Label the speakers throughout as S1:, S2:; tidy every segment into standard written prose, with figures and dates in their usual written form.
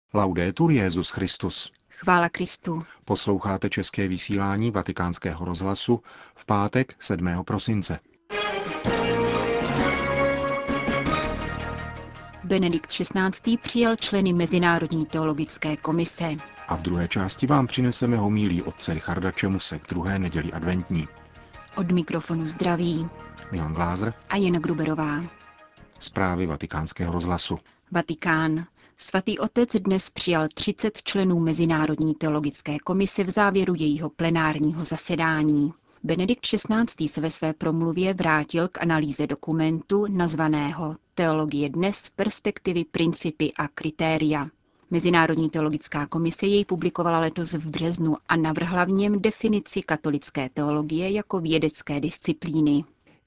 S1: Laudetur Jesus Christus.
S2: Chvála Kristu.
S1: Posloucháte české vysílání Vatikánského rozhlasu v pátek 7. prosince.
S2: Benedikt XVI. Přijal členy Mezinárodní teologické komise.
S1: A v druhé části vám přineseme homílí otce Richarda Čemuse k druhé neděli adventní.
S2: Od mikrofonu zdraví
S1: Milan Glázer
S2: a Jana Gruberová.
S1: Zprávy Vatikánského rozhlasu.
S2: Vatikán. Svatý otec dnes přijal 30 členů Mezinárodní teologické komise v závěru jejího plenárního zasedání. Benedikt XVI. Se ve své promluvě vrátil k analýze dokumentu nazvaného Teologie dnes, perspektivy, principy a kritéria. Mezinárodní teologická komise jej publikovala letos v březnu a navrhla v něm definici katolické teologie jako vědecké disciplíny.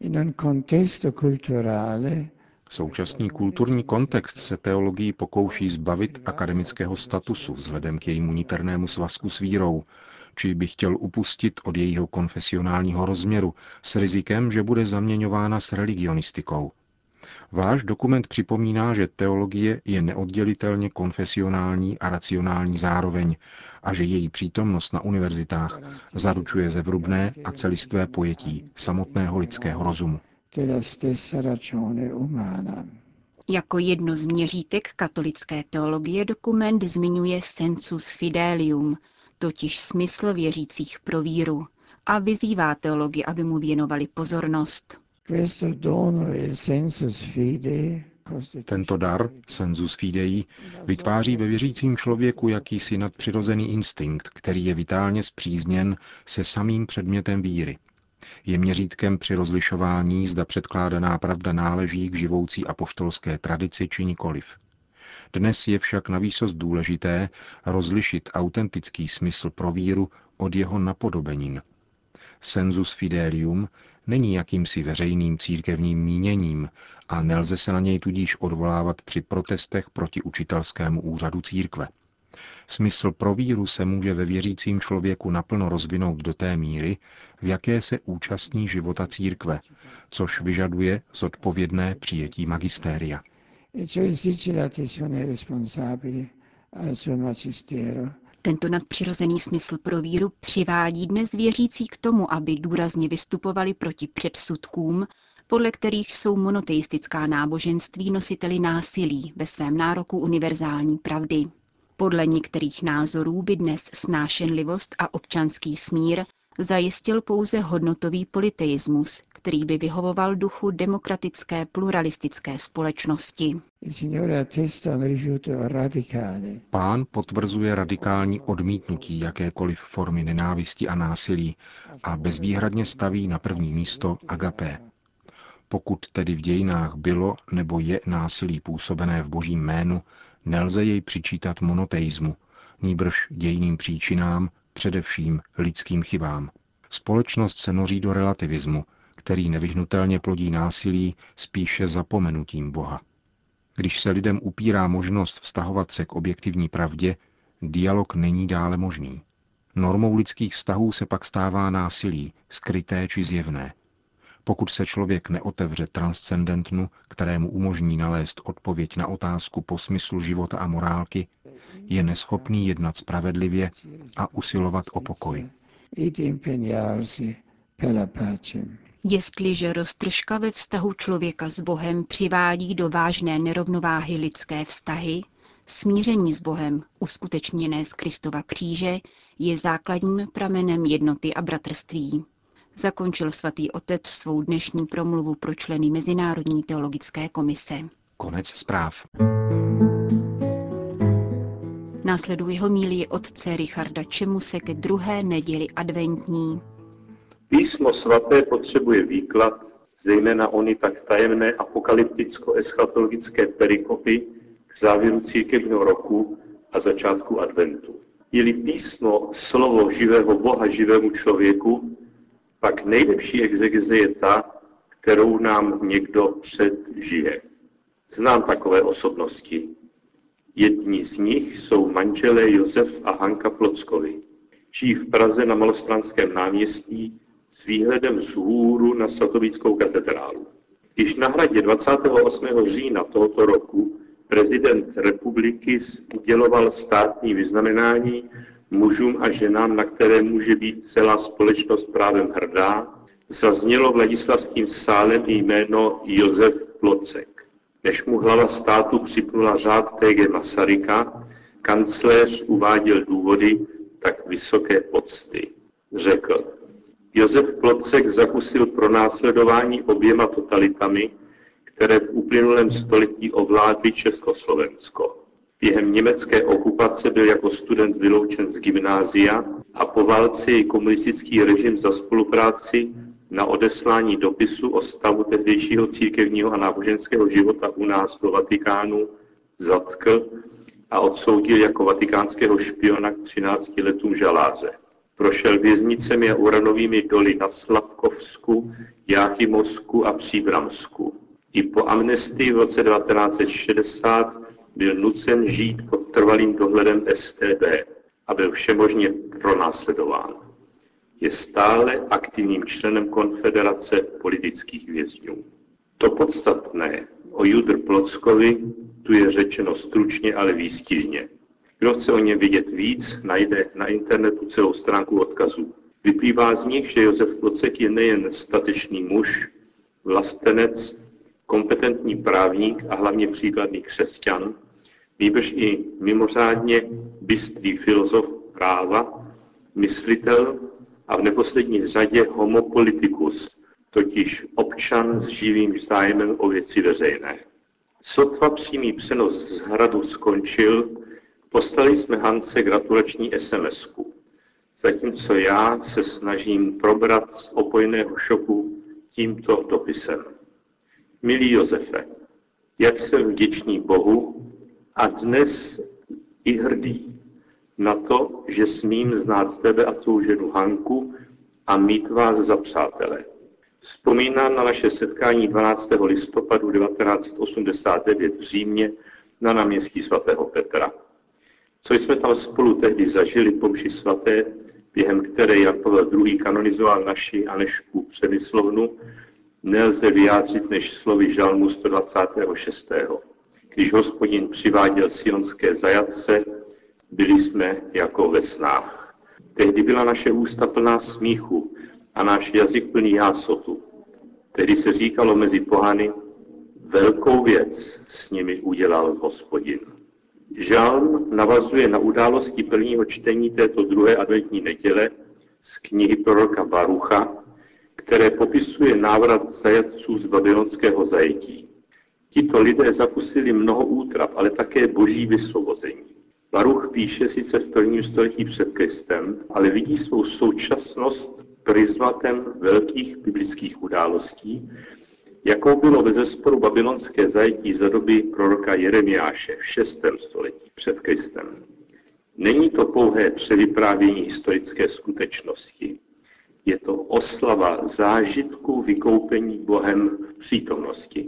S1: Současný kulturní kontext se teologii pokouší zbavit akademického statusu vzhledem k jejímu niternému svazku s vírou, či by chtěl upustit od jejího konfesionálního rozměru s rizikem, že bude zaměňována s religionistikou. Váš dokument připomíná, že teologie je neoddělitelně konfesionální a racionální zároveň a že její přítomnost na univerzitách zaručuje zevrubné a celistvé pojetí samotného lidského rozumu.
S2: Jako jedno z měřítek katolické teologie dokument zmiňuje sensus fidelium, totiž smysl věřících pro víru, a vyzývá teology, aby mu věnovali pozornost.
S1: Tento dar, sensus fidei, vytváří ve věřícím člověku jakýsi nadpřirozený instinkt, který je vitálně spřízněn se samým předmětem víry. Je měřítkem při rozlišování, zda předkládaná pravda náleží k živoucí apoštolské tradici či nikoliv. Dnes je však navýsost důležité rozlišit autentický smysl pro víru od jeho napodobenin. Sensus fidelium není jakýmsi veřejným církevním míněním a nelze se na něj tudíž odvolávat při protestech proti učitelskému úřadu církve. Smysl pro víru se může ve věřícím člověku naplno rozvinout do té míry, v jaké se účastní života církve, což vyžaduje zodpovědné přijetí magistéria.
S2: Tento nadpřirozený smysl pro víru přivádí dnes věřící k tomu, aby důrazně vystupovali proti předsudkům, podle kterých jsou monoteistická náboženství nositeli násilí ve svém nároku univerzální pravdy. Podle některých názorů by dnes snášenlivost a občanský smír zajistil pouze hodnotový politeismus, který by vyhovoval duchu demokratické pluralistické společnosti.
S1: Pán potvrzuje radikální odmítnutí jakékoliv formy nenávisti a násilí a bezvýhradně staví na první místo agapé. Pokud tedy v dějinách bylo nebo je násilí působené v Božím jménu, nelze jej přičítat monoteismu, nýbrž dějinným příčinám, především lidským chybám. Společnost se noří do relativismu, který nevyhnutelně plodí násilí spíše zapomenutím Boha. Když se lidem upírá možnost vztahovat se k objektivní pravdě, dialog není dále možný. Normou lidských vztahů se pak stává násilí, skryté či zjevné. Pokud se člověk neotevře transcendentnu, kterému umožní nalézt odpověď na otázku po smyslu života a morálky, je neschopný jednat spravedlivě a usilovat o pokoj.
S2: Jestliže roztržka ve vztahu člověka s Bohem přivádí do vážné nerovnováhy lidské vztahy, smíření s Bohem, uskutečněné z Kristova kříže, je základním pramenem jednoty a bratrství. Zakončil svatý otec svou dnešní promluvu pro členy Mezinárodní teologické komise.
S1: Konec zpráv.
S2: Následuje homílie otce Richarda Čemuse ke druhé neděli adventní.
S3: Písmo svaté potřebuje výklad, zejména ony tak tajemné apokalypticko-eschatologické perikopy k závěru církevního roku a začátku adventu. Je-li písmo slovo živého Boha živému člověku, pak nejlepší exegeze je ta, kterou nám někdo předžije. Znám takové osobnosti. Jedni z nich jsou manželé Josef a Hanka Plockovi. Žijí v Praze na Malostranském náměstí s výhledem z hůru na Svatovíckou katedrálu. Již na hradě 28. října tohoto roku prezident republiky uděloval státní vyznamenání mužům a ženám, na které může být celá společnost právem hrdá, zaznělo Vladislavským sálem jméno Josef Plocek. Než mu hlava státu připnula řád T.G. Masaryka, kancléř uváděl důvody tak vysoké pocty. Řekl: Josef Plocek zakusil pronásledování oběma totalitami, které v uplynulém století ovládly Československo. Během německé okupace byl jako student vyloučen z gymnázia a po válce jej komunistický režim za spolupráci na odeslání dopisu o stavu tehdejšího církevního a náboženského života u nás do Vatikánu zatkl a odsoudil jako vatikánského špiona k 13 letům žaláře. Prošel věznicemi a uranovými doly na Slavkovsku, Jáchymovsku a Příbramsku. I po amnestii v roce 1960 byl nucen žít pod trvalým dohledem StB a byl všemožně pronásledován. Je stále aktivním členem Konfederace politických vězňů. To podstatné o Judr Plockovi tu je řečeno stručně, ale výstižně. Kdo chce o něm vědět víc, najde na internetu celou stránku odkazů. Vyplývá z nich, že Josef Plocek je nejen statečný muž, vlastenec, kompetentní právník a hlavně příkladný křesťan, nýbrž i mimořádně bystrý filozof práva, myslitel a v neposlední řadě homo politicus, totiž občan s živým zájmem o věci veřejné. Sotva přímý přenos z hradu skončil, poslali jsme Hance gratulační SMS-ku, zatímco já se snažím probrat z opojného šoku tímto dopisem. Milý Josefe, jak jsem vděčný Bohu a dnes i hrdý na to, že smím znát tebe a tvou ženu Hanku a mít vás za přátele. Vzpomínám na naše setkání 12. listopadu 1989 v Římě na náměstí svatého Petra. Co jsme tam spolu tehdy zažili po mši svaté, během které Jan Pavel II. Kanonizoval naši Anežku Přemyslovnu, nelze vyjádřit než slovy žalmu 126. Když Hospodin přiváděl sionské zajatce, byli jsme jako ve snách. Tehdy byla naše ústa plná smíchu a náš jazyk plný jásotu. Tehdy se říkalo mezi pohany, velkou věc s nimi udělal Hospodin. Žalm navazuje na události prvního čtení této druhé adventní neděle z knihy proroka Barucha, které popisuje návrat zajatců z babylonského zajetí. Tito lidé zakusili mnoho útrap, ale také boží vysvobození. Baruch píše sice v 1. století před Kristem, ale vidí svou současnost prizmatem velkých biblických událostí, jakou bylo bezesporu babylonské zajetí za doby proroka Jeremiáše v 6. století před Kristem. Není to pouhé převyprávění historické skutečnosti. Je to oslava zážitku vykoupení Bohem v přítomnosti.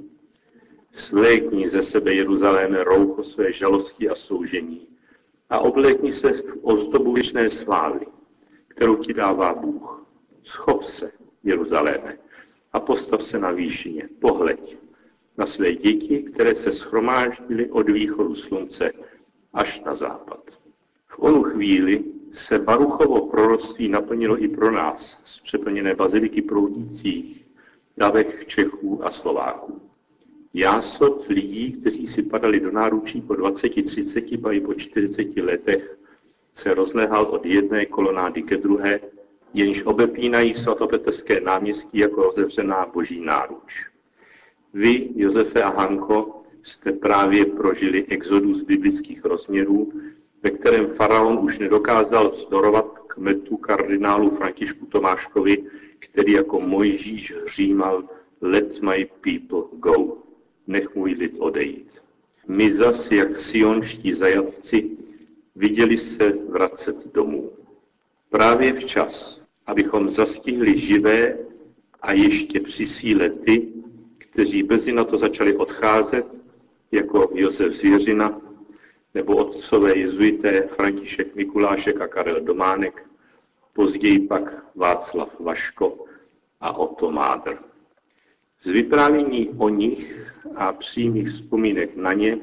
S3: Svlékni ze sebe, Jeruzaléme, roucho své žalosti a soužení a oblékni se v ozdobu věčné slávy, kterou ti dává Bůh. Schop se, Jeruzaléme, a postav se na výšině. Pohleď na své děti, které se shromáždily od východu slunce až na západ. V onu chvíli se Baruchovo proroctví naplnilo i pro nás z přeplněné baziliky proudících davech Čechů a Slováků. Jásot lidí, kteří si padali do náručí po 20, 30, ba i po 40 letech, se rozléhal od jedné kolonády ke druhé, jenž obepínají svatopetrské náměstí jako rozevřená boží náruč. Vy, Josefe a Hanko, jste právě prožili exodus biblických rozměrů, ve kterém faraon už nedokázal vzdorovat kmetu kardinálu Františku Tomáškovi, který jako Mojžíš hřímal Let my people go. Nech můj lid odejít. My zas, jak sionští zajatci, viděli se vracet domů. Právě včas, abychom zastihli živé a ještě při síle ty, kteří brzy na to začali odcházet, jako Josef Zvěřina, nebo otcové jezuité František Mikulášek a Karel Dománek, později pak Václav Vaško a Otto Mádr. Z vyprávění o nich a přímých vzpomínek na ně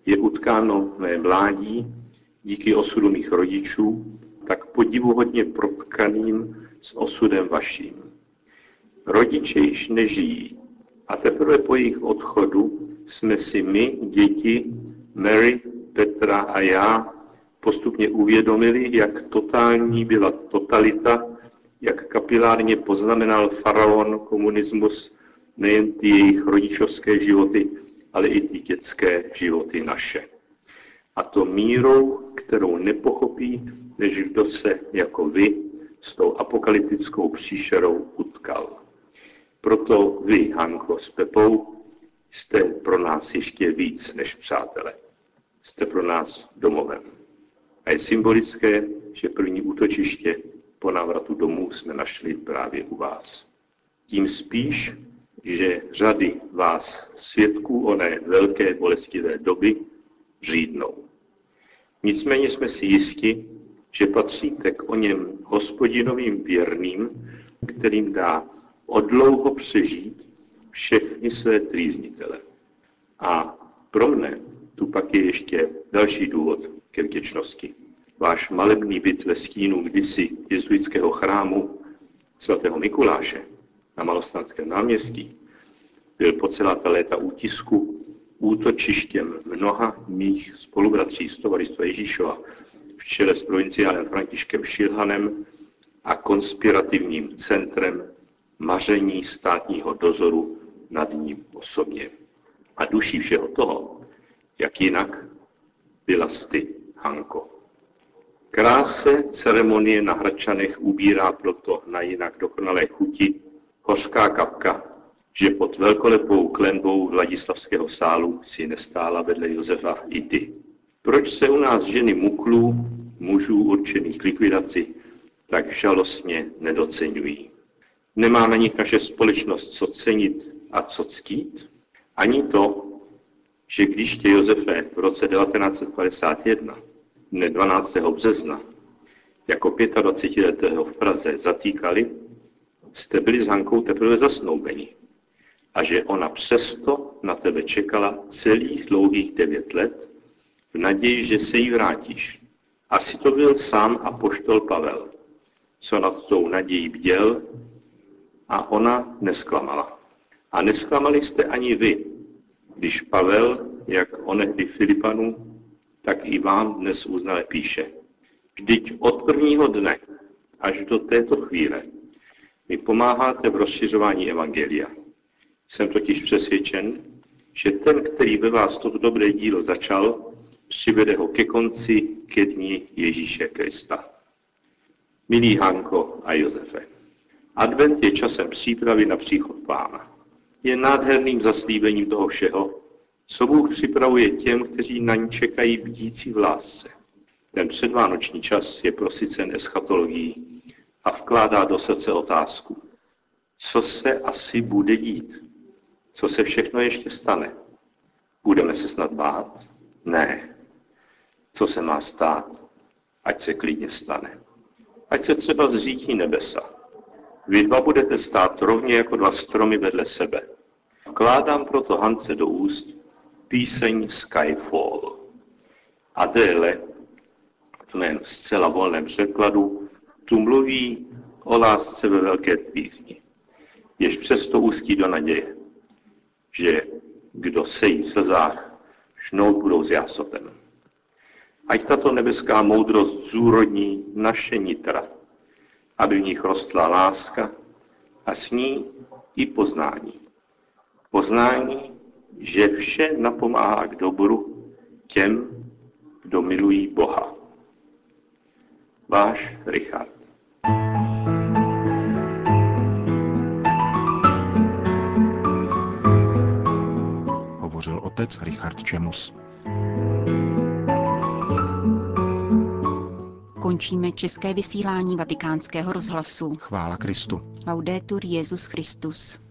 S3: je utkáno mé mládí díky osudu mých rodičů, tak podivuhodně protkaným s osudem vaším. Rodiče již nežijí a teprve po jejich odchodu jsme si my, děti, Mary, Petra a já, postupně uvědomili, jak totální byla totalita, jak kapilárně poznamenal faraon komunismus nejen ty jejich rodičovské životy, ale i ty dětské životy naše. A to mírou, kterou nepochopí, než kdo se jako vy s tou apokalyptickou příšerou utkal. Proto vy, Hanko s Pepou, jste pro nás ještě víc než přátelé. Jste pro nás domovem. A je symbolické, že první útočiště po návratu domů jsme našli právě u vás. Tím spíš, že řady vás, svědků oné velké bolestivé doby, řídnou. Nicméně jsme si jisti, že patříte k oněm Hospodinovým věrným, kterým dá odlouho přežít všechny své trýznitele. A pro mne tu pak je ještě další důvod ke vděčnosti. Váš malebný byt ve stínu kdysi jezuitského chrámu svatého Mikuláše na Malostranském náměstí byl po celá ta léta útisku útočištěm mnoha mých spolubratří z Tovaristva Ježíšova v čele s provinciálem Františkem Šilhanem a konspirativním centrem maření státního dozoru nad ním osobně. A duší všeho toho, jak jinak, byla ty, Hanko. Kráse ceremonie na Hradčanech ubírá proto na jinak dokonalé chuti hořká kapka, že pod velkolepou klenbou Vladislavského sálu si nestála vedle Josefa i ty. Proč se u nás ženy muklů, mužů určených k likvidaci, tak žalostně nedoceňují? Nemá na nich naše společnost co cenit a co ctít? Ani to, že když tě, Josefe, v roce 1951, dne 12. března, jako 25letého v Praze zatýkali, jste byli s Hankou teprve zasnoubeni a že ona přesto na tebe čekala celých dlouhých 9 let v naději, že se jí vrátíš. Asi to byl sám apoštol Pavel, co nad tou nadějí bděl a ona nesklamala. A nesklamali jste ani vy, když Pavel, jak onehdy Filipanů, tak i vám dnes uznale píše. Vždyť od prvního dne až do této chvíle mi pomáháte v rozšiřování evangelia. Jsem totiž přesvědčen, že ten, který ve vás toto dobré dílo začal, přivede ho ke konci, ke dni Ježíše Krista. Milí Hanko a Josefe, advent je časem přípravy na příchod Pána. Je nádherným zaslíbením toho všeho, co Bůh připravuje těm, kteří na ní čekají bdící v lásce. Ten předvánoční čas je prosycen eschatologií a vkládá do srdce otázku. Co se asi bude dít? Co se všechno ještě stane? Budeme se snad bát? Ne. Co se má stát? Ať se klidně stane. Ať se třeba zřítí nebesa. Vy dva budete stát rovně jako dva stromy vedle sebe. Vkládám proto Hance do úst píseň Skyfall. Adéle, v mém zcela volném překladu, tu mluví o lásce ve velké trýzni, jež přesto ústí do naděje, že kdo sejí v slzách, žnout budou s jásotem. Ať tato nebeská moudrost zúrodní naše nitra, aby v nich rostla láska a s ní i poznání. Poznání, že vše napomáhá k dobru těm, kdo milují Boha. Váš Richard.
S1: Hovořil otec Richard Čemus.
S2: Končíme české vysílání Vatikánského rozhlasu.
S1: Chvála Kristu.
S2: Laudetur Jesus Christus.